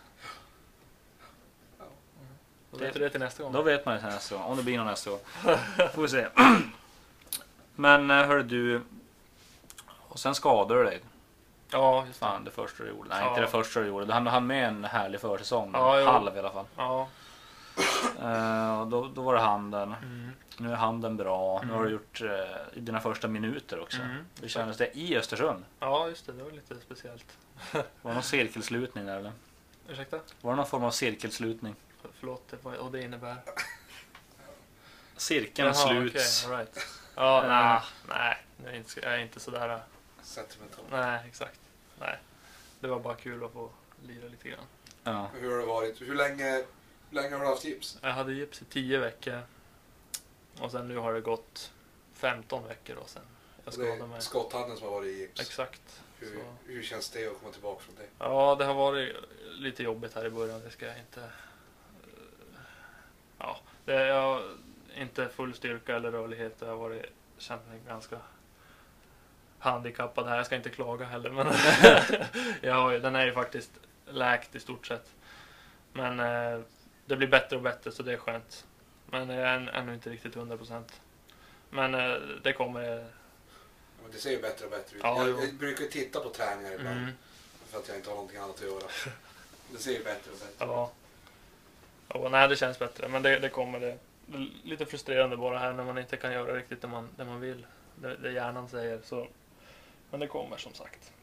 Speaker 3: Då vet du det till nästa gång.
Speaker 1: Då vet man det till nästa gång, om det blir någon nästa gång. Får vi se. Men hörru du, och sen skadade du dig.
Speaker 3: Ja, just det.
Speaker 1: Fan, det första du gjorde. Nej,
Speaker 3: Ja.
Speaker 1: inte det första du gjorde. Du hann han med en härlig försäsong.
Speaker 3: Ja, jo.
Speaker 1: Halv i alla fall.
Speaker 3: Ja.
Speaker 1: Uh, och då, då var det handen.
Speaker 3: Mm.
Speaker 1: Nu är handen bra. Nu
Speaker 3: Mm.
Speaker 1: har du gjort uh, dina första minuter också.
Speaker 3: Mm.
Speaker 1: Hur kändes det i Östersund?
Speaker 3: Ja, just det. Det var lite speciellt.
Speaker 1: Var det någon cirkelslutning där eller?
Speaker 3: Ursäkta?
Speaker 1: Var det någon form av cirkelslutning?
Speaker 3: Förlåt, det var, och det innebär?
Speaker 1: Cirkeln
Speaker 3: Jaha,
Speaker 1: sluts.
Speaker 3: okej, all right. Ja, nej, nej, jag är inte, jag är inte sådär.
Speaker 2: Sentimental.
Speaker 3: Nej, exakt. Nej. Det var bara kul att få lira lite grann.
Speaker 1: Ja.
Speaker 2: Hur har det varit? Hur länge, hur länge har du haft gips?
Speaker 3: Jag hade gips i tio veckor. Och sen nu har det gått femton veckor då sen. Jag
Speaker 2: Och det
Speaker 3: skadade
Speaker 2: är
Speaker 3: mig.
Speaker 2: skotthanden som har varit i gips.
Speaker 3: Exakt.
Speaker 2: Hur,
Speaker 3: Så.
Speaker 2: hur känns det att komma tillbaka från det?
Speaker 3: Ja, det har varit lite jobbigt här i början. Det ska jag inte... Ja, det är jag, inte full styrka eller rörlighet. Jag har varit, känt mig ganska handikappad här. Jag ska inte klaga heller. Men jag har, ju- den är ju faktiskt läkt i stort sett. Men eh, det blir bättre och bättre så det är skönt. Men jag är än, ännu inte riktigt hundra procent. Men eh, det kommer...
Speaker 2: Ja, men det ser ju bättre och bättre ut.
Speaker 3: Ja,
Speaker 2: jag,
Speaker 3: jo.
Speaker 2: jag brukar titta på träningar ibland.
Speaker 3: Mm,
Speaker 2: För att jag inte har någonting annat att göra. Det ser ju bättre och bättre.
Speaker 3: ja. Ja, nej, det känns bättre. Men det, det kommer det. Det är lite frustrerande bara här när man inte kan göra riktigt det man, det man vill. Det, det hjärnan säger. Så. Men det kommer som sagt.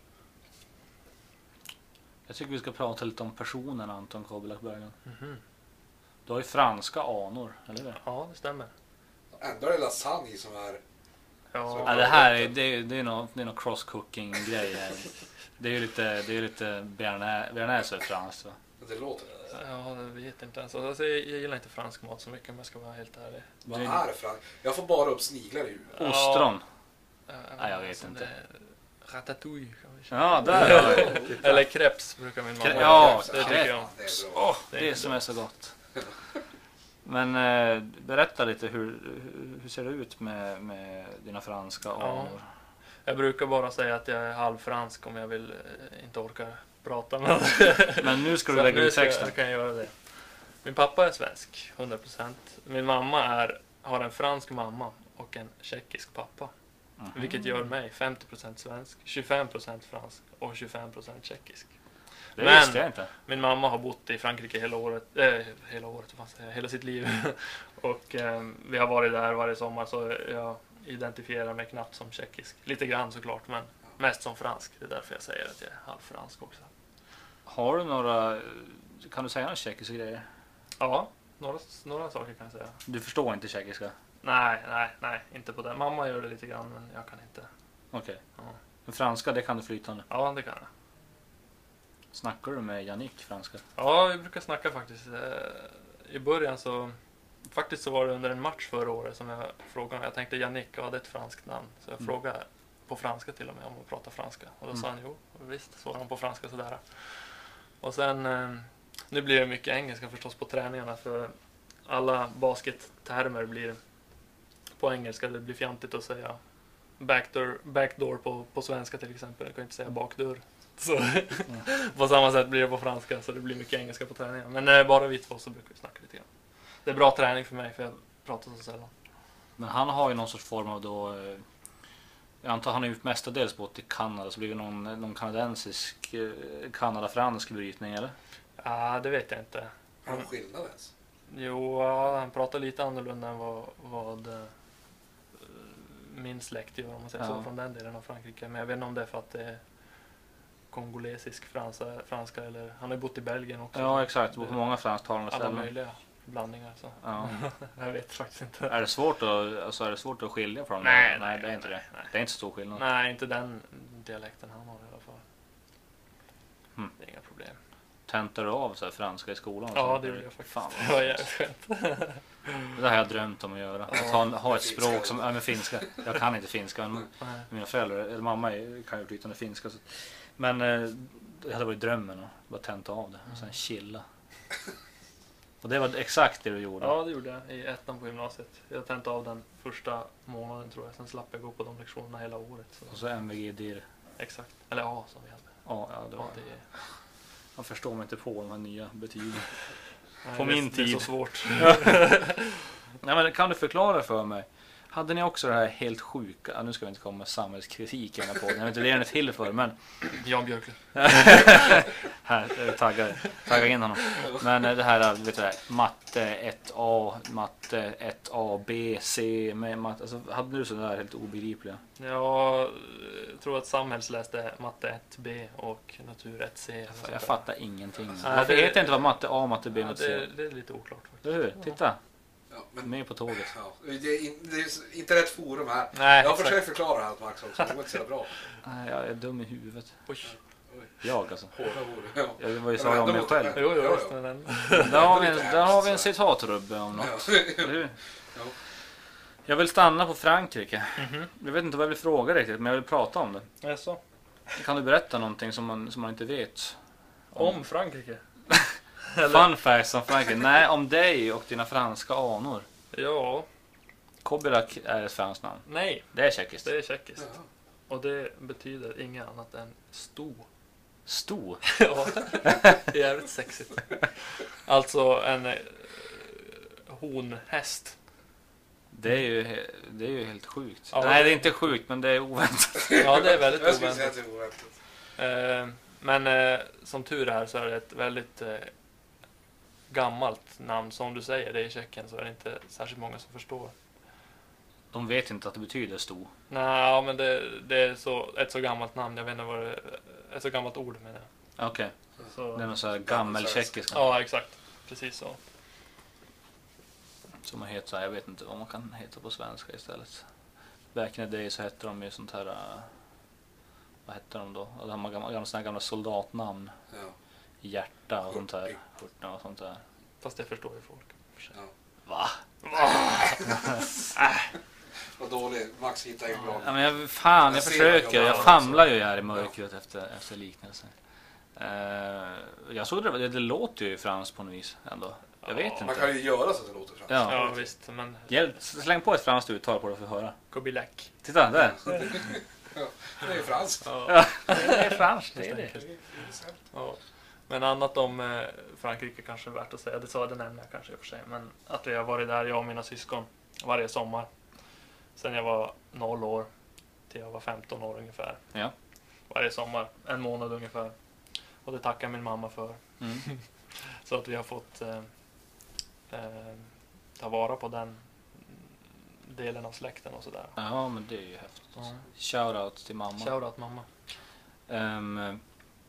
Speaker 1: Jag tycker vi ska prata lite om personen Anton Kobelakbergen.
Speaker 3: Mhm.
Speaker 1: Du har ju franska anor, eller hur?
Speaker 3: Ja, det stämmer.
Speaker 2: Ändå är det lasagne som är...
Speaker 3: Ja,
Speaker 1: Ja, det här är, det är, det är någon, det är någon cross-cooking-grej här. Det är ju lite, det är lite bearnaise och franskt va?
Speaker 2: Det låter...
Speaker 3: ja, jag vet inte ens. Alltså, jag, jag gillar inte fransk mat så mycket om jag ska vara helt ärlig.
Speaker 2: Vad
Speaker 1: Det-
Speaker 2: är det för... Jag får bara upp sniglar i huvudet.
Speaker 1: Ostron.
Speaker 3: Ja,
Speaker 1: Nej, jag vet
Speaker 3: alltså,
Speaker 1: inte.
Speaker 3: det är Ratatouille kan vi köra.
Speaker 1: Ja, där har vi.
Speaker 3: Eller crepes brukar min mamma
Speaker 1: Kre-
Speaker 3: göra.
Speaker 1: ja,
Speaker 3: det tycker jag om.
Speaker 2: Det är bra.
Speaker 1: Åh,
Speaker 3: Det är
Speaker 1: det
Speaker 3: inte
Speaker 1: som
Speaker 3: bra.
Speaker 1: är så gott. Men eh, berätta lite, hur, hur, hur ser det ut med, med dina franska anor?
Speaker 3: Jag brukar bara säga att jag är halvfransk om jag vill eh, inte orka prata. Men,
Speaker 1: Men nu ska du
Speaker 3: Så
Speaker 1: lägga
Speaker 3: nu
Speaker 1: ut
Speaker 3: ska jag-
Speaker 1: texten.
Speaker 3: Nu kan jag göra det. Min pappa är svensk, hundra procent. Min mamma är, har en fransk mamma och en tjeckisk pappa.
Speaker 1: Mhm.
Speaker 3: Vilket gör mig femtio procent svensk, tjugofem procent fransk och tjugofem procent tjeckisk.
Speaker 1: Det
Speaker 3: Men-
Speaker 1: visste jag inte.
Speaker 3: Min mamma har bott i Frankrike hela året, äh, hela året, vad fan säger jag, hela sitt liv. Och eh, vi har varit där varje sommar så jag identifierar mig knappt som tjeckisk. Lite grann såklart, men mest som fransk. Det är därför jag säger att jag är halvfransk också.
Speaker 1: Har du några, kan du säga några tjeckiska grejer?
Speaker 3: Ja, några, några saker kan jag säga.
Speaker 1: Du förstår inte tjeckiska?
Speaker 3: Nej, nej, nej, inte på det. Mamma gör det lite grann, men jag kan inte.
Speaker 1: Okej.
Speaker 3: Ja,
Speaker 1: Men franska, det kan du flytande.
Speaker 3: ja det kan jag.
Speaker 1: Snackar du med Jannik franska?
Speaker 3: Ja, vi brukar snacka faktiskt. Eh, I början så... Faktiskt så var det under en match förra året som jag frågade. Jag tänkte Jannik, ja det är ett franskt namn. Så jag
Speaker 1: Mm.
Speaker 3: frågade på franska till och med om att prata franska. Och då
Speaker 1: Mm.
Speaker 3: sa han jo, visst svarade han på franska sådär. Och sen... Eh, nu blir det mycket engelska förstås på träningarna. För alla baskettermer blir på engelska. Det blir fjantigt att säga backdoor, backdoor på, på svenska till exempel. Jag kan inte säga bakdörr. Så på samma sätt blir det på franska, så det blir mycket engelska på träningen. Men när det är bara vi två så brukar vi snacka lite grann. Det är bra träning för mig för jag pratar så sällan.
Speaker 1: Men han har ju någon sorts form av då... eh, Jag antar han har ju mestadels bott i Kanada, så blir det någon, någon kanadensisk, eh, kanadafransk brytning eller?
Speaker 3: Ja, det vet jag inte.
Speaker 2: Har de skillnad ens?
Speaker 3: Jo, ja, han pratar lite annorlunda än vad, vad eh, min släkt gör om man säger
Speaker 1: Ja.
Speaker 3: så, från den delen av Frankrike. Men jag vet inte om det är för att det är kongolesisk fransa, franska eller... Han har ju bott i Belgien också.
Speaker 1: Ja exakt, på
Speaker 3: Det-
Speaker 1: många fransktalande
Speaker 3: Alla
Speaker 1: ställen.
Speaker 3: möjliga blandningar. Så.
Speaker 1: Ja.
Speaker 3: Jag vet faktiskt inte.
Speaker 1: Är det svårt att, alltså är det svårt att skilja från
Speaker 3: Nej,
Speaker 1: det?
Speaker 3: nej,
Speaker 1: det är inte
Speaker 3: nej,
Speaker 1: det.
Speaker 3: nej.
Speaker 1: Det är inte så stor skillnad.
Speaker 3: Nej, inte den dialekten han har i alla fall.
Speaker 1: Hmm.
Speaker 3: Det är inga problem.
Speaker 1: Tentar du av så här franska i skolan? och
Speaker 3: Ja,
Speaker 1: sånt?
Speaker 3: det vill jag faktiskt.
Speaker 1: Fan,
Speaker 3: Det var jävligt skönt.
Speaker 1: det har jag drömt om att göra. Att ha, ha ett
Speaker 2: Finska.
Speaker 1: språk som, ja men finska. Jag kan inte finska, men
Speaker 3: Nej.
Speaker 1: mina föräldrar, eller mamma är- kan ju flytande finska. Så. Men eh, det hade varit drömmen att bara tenta av det och sen chilla. Och det var exakt det du gjorde?
Speaker 3: Ja, det gjorde jag i ettan på gymnasiet. Jag tänkte av den första månaden tror jag. Sen slapp jag gå på de lektionerna hela året. Så.
Speaker 1: Och så M V G D I R.
Speaker 3: Exakt. Eller A som vi hade.
Speaker 1: Ja, ja, det var
Speaker 3: Ja, det,
Speaker 1: Jag förstår mig inte på de här nya betygen.
Speaker 3: nej,
Speaker 1: På
Speaker 3: det,
Speaker 1: min
Speaker 3: det är så
Speaker 1: tid.
Speaker 3: svårt.
Speaker 1: Nej, men kan du förklara för mig? Hade ni också det här helt sjuka, ja, nu ska vi inte komma med samhällskritik i den här podden, jag vet inte det är den till för, men
Speaker 3: Jan Björklund.
Speaker 1: här, eh, tagga, tagga in honom. Men eh, det här, vet du det här, matte ett A, matte ett A, B, C, med matte, alltså hade du sådana där helt obegripliga?
Speaker 3: Jag tror att Samhälls läste matte ett B och natur ett C.
Speaker 1: Alltså, jag fattar ingenting.
Speaker 3: Nej,
Speaker 1: Varför
Speaker 3: det-
Speaker 1: heter det inte bara matte A, matte B,
Speaker 3: Ja,
Speaker 1: matte C?
Speaker 3: det, det är lite oklart faktiskt.
Speaker 1: Eller hur? Titta,
Speaker 2: Ja, men,
Speaker 1: med på tåget.
Speaker 2: ja, det, är in, det är inte rätt forum här.
Speaker 3: Nej,
Speaker 2: Jag har
Speaker 3: exakt.
Speaker 2: försökt förklara allt Max också, det var inte så bra.
Speaker 1: Nej, jag är dum i huvudet.
Speaker 3: Oj.
Speaker 1: Jag alltså.
Speaker 2: Hårda ord. Ja.
Speaker 1: Jag var ju sa jag om mig själv.
Speaker 3: Jo, jo,
Speaker 2: Ja,
Speaker 3: visst,
Speaker 2: ja.
Speaker 3: men den...
Speaker 1: Där har vi en,
Speaker 2: lite
Speaker 1: där har vi en
Speaker 2: hemskt, så
Speaker 1: citatrubbe om något.
Speaker 2: Ja.
Speaker 1: Eller hur?
Speaker 2: Ja.
Speaker 1: Jag vill stanna på Frankrike.
Speaker 3: Mhm.
Speaker 1: Jag vet inte vad jag vill fråga riktigt, men jag vill prata om det.
Speaker 3: Jaså?
Speaker 1: Kan du berätta någonting som man, som man inte vet?
Speaker 3: Om Frankrike?
Speaker 1: Fun facts om Frankrike? Nej, om dig och dina franska anor.
Speaker 3: Ja,
Speaker 1: Kobirak är ett franskt namn.
Speaker 3: nej.
Speaker 1: Det är tjeckiskt.
Speaker 3: Det är tjeckiskt.
Speaker 2: Ja.
Speaker 3: Och det betyder inget annat än sto.
Speaker 1: Sto.
Speaker 3: Ja, jävligt sexigt. Alltså en eh, honhäst.
Speaker 1: Det är ju, he- det är ju helt sjukt.
Speaker 3: Ja,
Speaker 1: Nej,
Speaker 3: det-
Speaker 1: det är inte sjukt, men det är oväntat.
Speaker 3: Ja, det är väldigt
Speaker 2: Jag skulle säga
Speaker 3: oväntat.
Speaker 2: att det är oväntat.
Speaker 3: Eh, men eh, som tur är så är det ett väldigt eh, gammalt namn. Som du säger, det är i Tjeckien så är det inte särskilt många som förstår.
Speaker 1: De vet inte att det betyder sto.
Speaker 3: Nej, men det, det är så, ett så gammalt namn. Jag vet inte vad det är. Ett så gammalt ord menar jag.
Speaker 1: Okej,
Speaker 3: Så,
Speaker 1: det är någon sån här gammeltjeckisk.
Speaker 3: ja, exakt. Precis så.
Speaker 1: Som man heter så här, jag vet inte vad man kan heta på svenska istället. Back in the day så hette de ju sånt här, uh, vad hette de då? De har gamla, gamla, såna här gamla soldatnamn.
Speaker 2: Ja.
Speaker 1: Hjärta och sånt där.
Speaker 2: Hurtig.
Speaker 1: Hurtig och sånt där.
Speaker 3: Fast det förstår ju folk.
Speaker 2: Ja.
Speaker 1: Va?
Speaker 2: Vad dålig. Max hittar inget bra.
Speaker 1: Ja, men jag, fan, jag
Speaker 2: Jag ser
Speaker 1: försöker.
Speaker 2: att jag
Speaker 1: Jag
Speaker 2: bara-
Speaker 1: famlar ju här i mörkret efter, efter liknelsen. Uh, jag såg det, det, det låter ju franskt på något vis ändå. Jag vet
Speaker 3: Ja,
Speaker 2: Man
Speaker 1: inte.
Speaker 2: kan ju göra så att det låter franskt.
Speaker 1: Ja.
Speaker 3: Ja, visst. Men
Speaker 1: Hjälp, släng på ett franskt uttal på det för att höra.
Speaker 3: Kobilac.
Speaker 1: Titta, där.
Speaker 2: Det är ju franskt.
Speaker 3: Ja,
Speaker 1: Det är franskt, det är
Speaker 3: helt
Speaker 1: det.
Speaker 3: enkelt. Ja. Men annat om eh, Frankrike kanske är värt att säga. Det sa det nämnde jag kanske i och för sig. Men att vi har varit där, jag och mina syskon, varje sommar. Sen jag var noll år till jag var femton år ungefär.
Speaker 1: Ja.
Speaker 3: Varje sommar, en månad ungefär. Och det tackar min mamma för.
Speaker 1: Mm.
Speaker 3: Så att vi har fått eh, eh, ta vara på den delen av släkten och sådär.
Speaker 1: Ja, men det är ju häftigt.
Speaker 3: Ja.
Speaker 1: Shoutout till mamma.
Speaker 3: Shoutout mamma.
Speaker 1: Ehm,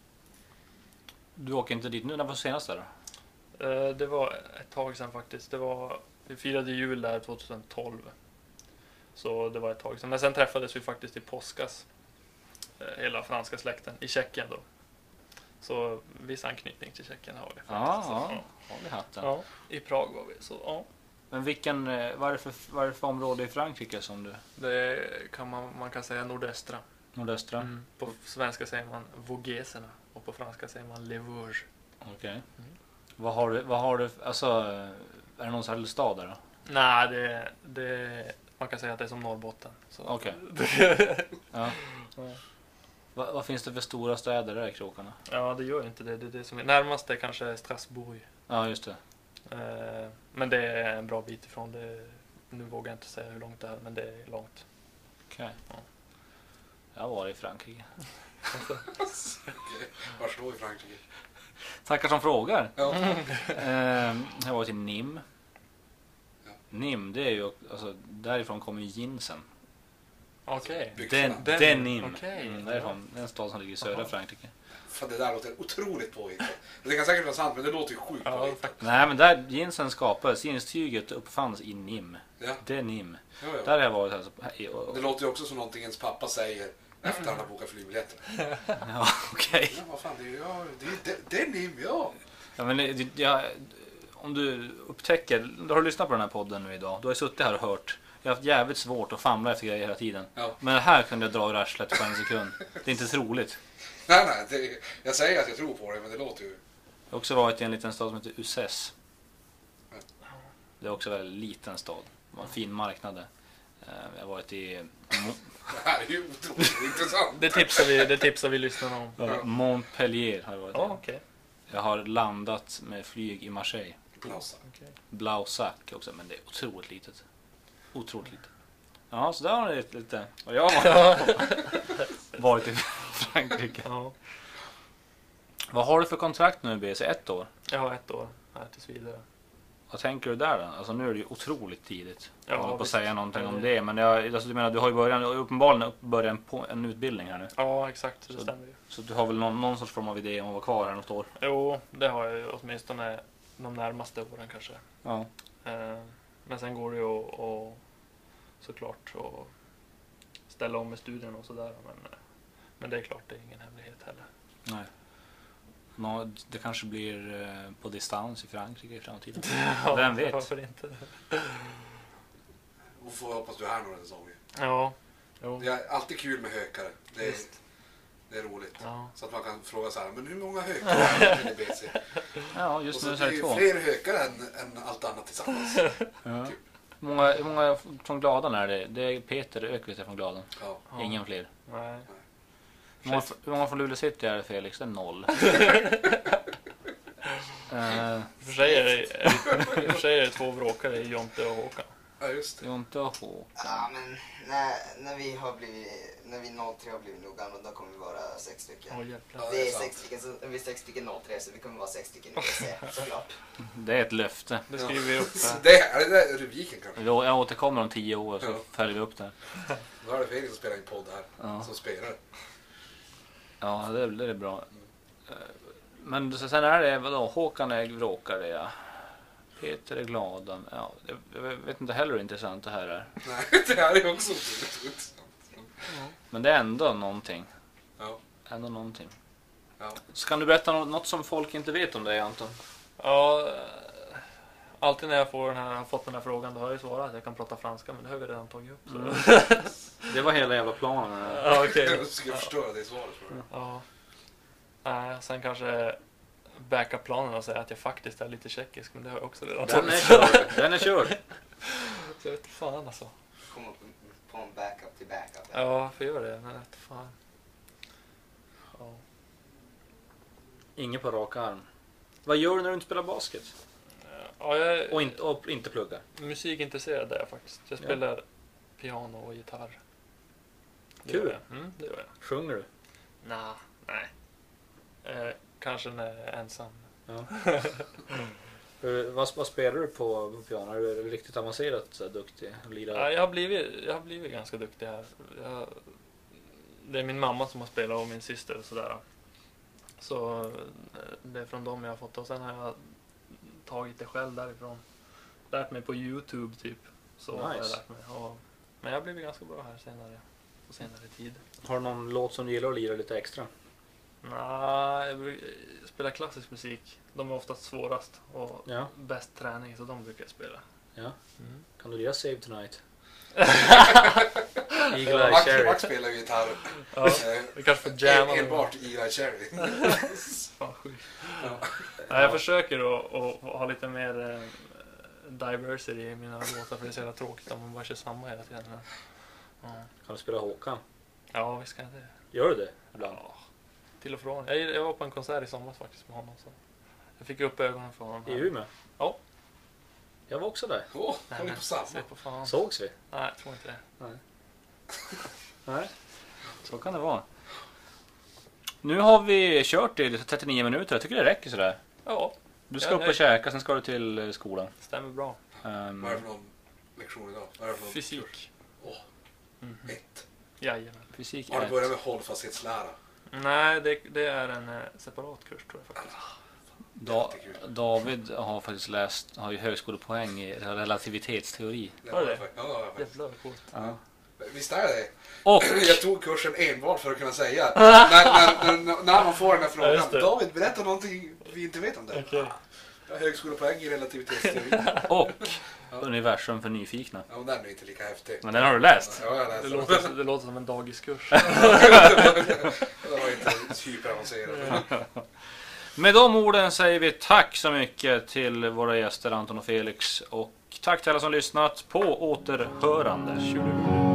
Speaker 1: du åker inte dit nu, när var senast där då?
Speaker 3: Eh, det var ett tag sedan faktiskt. Det var, vi firade jul där tjugohundratolv. Så det var ett tag sedan. Men sen träffades vi faktiskt i påskas. Eh, hela franska släkten i Tjeckien då. Så viss anknytning till Tjeckien har vi faktiskt.
Speaker 1: Ja,
Speaker 3: Så,
Speaker 1: ja. Har vi hatten.
Speaker 3: ja. I Prag var vi. Så, ja.
Speaker 1: Men vilken, eh, vad är, det för, vad är det för område i Frankrike som du...
Speaker 3: Det kan man, man kan säga nordöstra.
Speaker 1: Nordöstra?
Speaker 3: Mm. På svenska säger man Vosgeserna och på franska säger man Les Vosges.
Speaker 1: Okej.
Speaker 3: Mm.
Speaker 1: Vad har du, vad har du, alltså, eh, är det någon särskild stad där då?
Speaker 3: Nej, det, det, man kan säga att det är som Norrbotten. Så.
Speaker 1: Okej. Ja.
Speaker 3: Ja.
Speaker 1: Va, vad finns det för stora städer där i krokarna?
Speaker 3: Ja, det gör inte det. Det är det som är närmast är kanske Strasbourg.
Speaker 1: Ja, just det.
Speaker 3: Eh, men det är en bra bit ifrån. Det, nu vågar jag inte säga hur långt det är, men det är långt.
Speaker 1: Okej.
Speaker 3: Ja.
Speaker 1: Jag har varit i Frankrike.
Speaker 2: Var står i Frankrike?
Speaker 1: Tackar som frågar.
Speaker 2: Ja.
Speaker 1: Ehm, jag har varit i Nîmes.
Speaker 2: Ja.
Speaker 1: Nîmes, det är ju, alltså, därifrån kommer ju jeansen.
Speaker 3: Okej.
Speaker 2: Byxorna.
Speaker 1: Den,
Speaker 3: Den-
Speaker 1: den Nîmes.
Speaker 3: okej.
Speaker 1: Mm, därifrån. Det är en stad som ligger i södra
Speaker 3: Jaha.
Speaker 1: Frankrike.
Speaker 2: Fan, det där låter otroligt påhittat. Det kan säkert vara sant, men det låter ju sjukt
Speaker 3: Ja,
Speaker 2: påhittat.
Speaker 3: faktiskt.
Speaker 1: Nej, men där jeansen skapades, jeanstyget uppfanns i Nîmes.
Speaker 2: Ja.
Speaker 1: Det är Nîmes.
Speaker 2: Ja, ja.
Speaker 1: Där har jag varit. Alltså, i- och, och,
Speaker 2: Det låter ju också som någonting ens pappa säger efter han har bokat flygbiljetter.
Speaker 1: ja, okej.
Speaker 2: Ja, vad fan, det är ju, ja, det är det, det är Nim, ja.
Speaker 1: Ja, men det, jag, om du upptäcker, du har lyssnat på den här podden nu idag. Du har ju suttit här och hört. Jag har haft jävligt svårt att famla efter grejer hela tiden.
Speaker 2: Ja.
Speaker 1: Men det här kunde jag dra ur arslet på en sekund. Det är inte troligt.
Speaker 2: Nej, nej, det, jag säger att jag tror på det, men det låter ju...
Speaker 1: Jag har också varit i en liten stad som heter Uzes. Det är också en väldigt liten stad. Det var en fin marknad där. Eh, Jag har varit i Mo-
Speaker 2: Det här är ju otroligt intressant.
Speaker 3: Det tipsar vi, det tipsar vi lyssnarna om.
Speaker 1: Ja, Montpellier har jag varit
Speaker 3: Ja,
Speaker 1: i.
Speaker 3: okej.
Speaker 1: Jag har landat med flyg i Marseille.
Speaker 2: Blåsa.
Speaker 3: okej.
Speaker 1: Blausac också, men det är otroligt litet. Otroligt litet. Ja, så där har ni lite. Och jag har varit i Frankrike.
Speaker 3: Ja,
Speaker 1: Vad har du för kontrakt nu, B C? Ett år?
Speaker 3: jag har ett år här tills vidare.
Speaker 1: Vad tänker du där då? Alltså nu är det ju otroligt tidigt.
Speaker 3: Ja,
Speaker 1: Jag håller på att
Speaker 3: visst.
Speaker 1: säga någonting om
Speaker 3: Ja,
Speaker 1: det. Men jag, alltså, du menar, du har ju börjat, uppenbarligen börjat en, på, en utbildning här nu.
Speaker 3: Ja, exakt. Det
Speaker 1: Så-
Speaker 3: stämmer ju.
Speaker 1: Så du har väl någon, någon sorts form av idé om att vara kvar här något år?
Speaker 3: Jo, det har jag ju åtminstone de närmaste åren kanske.
Speaker 1: Ja.
Speaker 3: Eh, Men sen går det ju att att såklart att ställa om med studierna och sådär. Men, men det är klart, det är ingen hemlighet heller.
Speaker 1: Nej. Nå, det kanske blir eh, på distans i Frankrike i framtiden.
Speaker 3: Ja,
Speaker 1: Vem vet?
Speaker 3: Varför inte?
Speaker 2: Och får hoppas du är här några säsonger.
Speaker 3: Ja, jo.
Speaker 2: Det är alltid kul med hökare. Det är,
Speaker 3: Visst.
Speaker 2: det är roligt.
Speaker 3: Ja.
Speaker 2: Så att man kan fråga så här, men hur många hökare är det i B C?
Speaker 1: Ja,
Speaker 2: Och
Speaker 1: just
Speaker 2: så
Speaker 1: nu så
Speaker 2: det
Speaker 1: är
Speaker 2: är
Speaker 1: det
Speaker 2: ju
Speaker 1: två.
Speaker 2: fler hökare än, än allt annat tillsammans.
Speaker 1: Ja. Hur många, hur många från Gladan är det? Det är Peter Ökvist från Gladan.
Speaker 2: Ja.
Speaker 3: Ja.
Speaker 1: Ingen fler.
Speaker 3: Nej.
Speaker 1: Hur många, hur många från Luleå City är det, Felix? Det är noll. uh,
Speaker 3: I och för sig är det, i och för sig är det två vråkare i Jonte och Håkan.
Speaker 2: Ja, just det.
Speaker 1: Jonte och H.
Speaker 4: Ja, men när, när vi har blivit, när vi noll tre har blivit nog gamla, då kommer vi vara sex stycken.
Speaker 3: Åh jävlar.
Speaker 2: Ja,
Speaker 4: Det
Speaker 2: det är
Speaker 4: är
Speaker 2: sant.
Speaker 4: sex stycken, så vi är sex stycken noll tre, så vi kommer vara sex stycken i B C, såklart.
Speaker 1: Det är ett löfte.
Speaker 3: Det skriver vi upp
Speaker 2: Så
Speaker 3: här.
Speaker 2: det är det där rubriken kanske.
Speaker 1: Jag jag återkommer om tio år så
Speaker 2: Ja.
Speaker 1: följer vi upp det.
Speaker 2: Då är det Felix som spelar in podd här.
Speaker 1: Ja.
Speaker 2: Som spelar.
Speaker 1: Ja, det är, det är bra. Eh, Men så sen är det, vadå, Håkan är vråkare, ja. Peter är Gladan. Ja, jag jag vet inte heller hur intressant det här är.
Speaker 2: Nej, det här är också otroligt intressant.
Speaker 1: Men det är ändå någonting.
Speaker 2: Ja.
Speaker 1: Ändå någonting.
Speaker 2: Ja.
Speaker 1: Så kan du berätta nå- något som folk inte vet om dig, Anton?
Speaker 3: Ja, eh, alltid när jag får den här, har fått den här frågan, då har jag ju svarat att jag kan prata franska, men det har vi redan tagit upp. Så.
Speaker 1: Mm. Det var hela jävla planen.
Speaker 3: Ja, okej.
Speaker 2: Jag ska förstöra det svaret för dig.
Speaker 3: Ja. Nej, sen kanske backup-planen och säga att jag faktiskt är lite tjeckisk, men det har jag också redan
Speaker 1: Den är
Speaker 3: tagit.
Speaker 1: körd. Den är körd.
Speaker 3: Så jag vet fan alltså.
Speaker 4: Komma på, på en backup till backup.
Speaker 3: Ja, för gör det. Men vet fan. Ja.
Speaker 1: Ingen på rak arm. Vad gör du när du inte spelar basket?
Speaker 3: Ja, jag är
Speaker 1: Och inte, och inte pluggar?
Speaker 3: musikintresserad är jag faktiskt. Jag
Speaker 1: Ja.
Speaker 3: spelar piano och gitarr. Det
Speaker 1: Kul.
Speaker 3: gör jag. Mm, det gör jag.
Speaker 1: Sjunger du?
Speaker 3: Nah, nej. Eh, kanske när jag är ensam.
Speaker 1: Ja. Hur- vad, vad spelar du på, på piano? Är du riktigt avancerat så här, duktig? Lirar?
Speaker 3: Ja, jag, har blivit, jag har blivit ganska duktig här. Jag, det är min mamma som har spelat och min syster och sådär. Så eh, det är från dem jag har fått. Och sen har jag tagit det själv därifrån. Lärt mig på YouTube typ. Så har jag
Speaker 1: Nice.
Speaker 3: lärt mig. Och, men jag har blivit ganska bra här senare, på senare tid.
Speaker 1: Har du någon låt som du gillar att lira lite extra?
Speaker 3: Nej, jag bruk- spelar klassisk musik. De är oftast svårast och
Speaker 1: Ja.
Speaker 3: bäst träning, så de brukar jag spela.
Speaker 1: Ja.
Speaker 3: Mm.
Speaker 1: Kan du lira Save Tonight?
Speaker 2: Ja,
Speaker 1: Eagle Eye
Speaker 2: Max,
Speaker 1: Cherry.
Speaker 2: Max spelar ju gitarr.
Speaker 3: Ja,
Speaker 2: Eh,
Speaker 3: vi kanske får jamma.
Speaker 2: en- Enbart Eagle Eye Cherry.
Speaker 3: Fan, sjukt.
Speaker 2: Ja.
Speaker 3: Ja, jag försöker att, att ha lite mer eh, diversity i mina låtar, för det är så jävla tråkigt om man bara kör samma hela tiden. Ja,
Speaker 1: Kan du spela Håkan?
Speaker 3: ja visst kan jag det.
Speaker 1: Gör du det ibland?
Speaker 3: Ja, till och från. Jag, jag var på en konsert i somras faktiskt med honom. Så jag fick upp ögonen för honom.
Speaker 1: I Umeå?
Speaker 3: Ja.
Speaker 1: Jag var också där.
Speaker 2: Åh,
Speaker 3: Nej,
Speaker 2: har ni
Speaker 3: men,
Speaker 2: på samma?
Speaker 3: se på fan.
Speaker 1: Sågs vi?
Speaker 3: Nej, jag tror inte det.
Speaker 1: Nej. Så kan det vara. Nu har vi kört i trettionio minuter. Jag tycker det räcker sådär.
Speaker 3: Ja,
Speaker 1: Du ska
Speaker 3: Ja,
Speaker 1: upp och
Speaker 3: nej.
Speaker 1: käka, sen ska du till eh, skolan.
Speaker 3: stämmer bra.
Speaker 1: Um,
Speaker 2: Vad är det för någon lektion idag? Vad är det för någon kurs?
Speaker 3: Fysik.
Speaker 2: Åh,
Speaker 3: Mhm.
Speaker 2: ett.
Speaker 3: Jajamän.
Speaker 1: fysik
Speaker 2: Har du
Speaker 1: ett.
Speaker 2: börjat med hållfasthetslära?
Speaker 3: Nej, det, det är en eh, separat kurs tror jag faktiskt.
Speaker 1: Da,
Speaker 2: Jättekul.
Speaker 1: David har faktiskt läst, har ju högskolepoäng i relativitetsteori.
Speaker 2: Det
Speaker 3: Har du
Speaker 2: har
Speaker 3: det?
Speaker 2: jag fakt- Ja, det har jag faktiskt.
Speaker 3: Jävlar vad coolt.
Speaker 1: Ja.
Speaker 2: Visst är det?
Speaker 1: Och
Speaker 2: Jag tog kursen enbart för att kunna säga. när, när, när, när man får den här
Speaker 3: Ja, just
Speaker 2: frågan.
Speaker 3: det.
Speaker 2: David, berätta någonting vi inte vet om det.
Speaker 3: Okej.
Speaker 2: Jag har högskolepoäng i relativitetsteori.
Speaker 1: och universum för nyfikna.
Speaker 2: Ja, men den är inte lika häftig.
Speaker 1: Men den har du läst.
Speaker 2: Ja, jag
Speaker 3: Det,
Speaker 2: läste den.
Speaker 3: låter, det låter som en dagiskurs.
Speaker 2: Det var inte hyperavancerat.
Speaker 1: Med de orden säger vi tack så mycket till våra gäster Anton och Felix. Och tack till alla som lyssnat. På återhörande.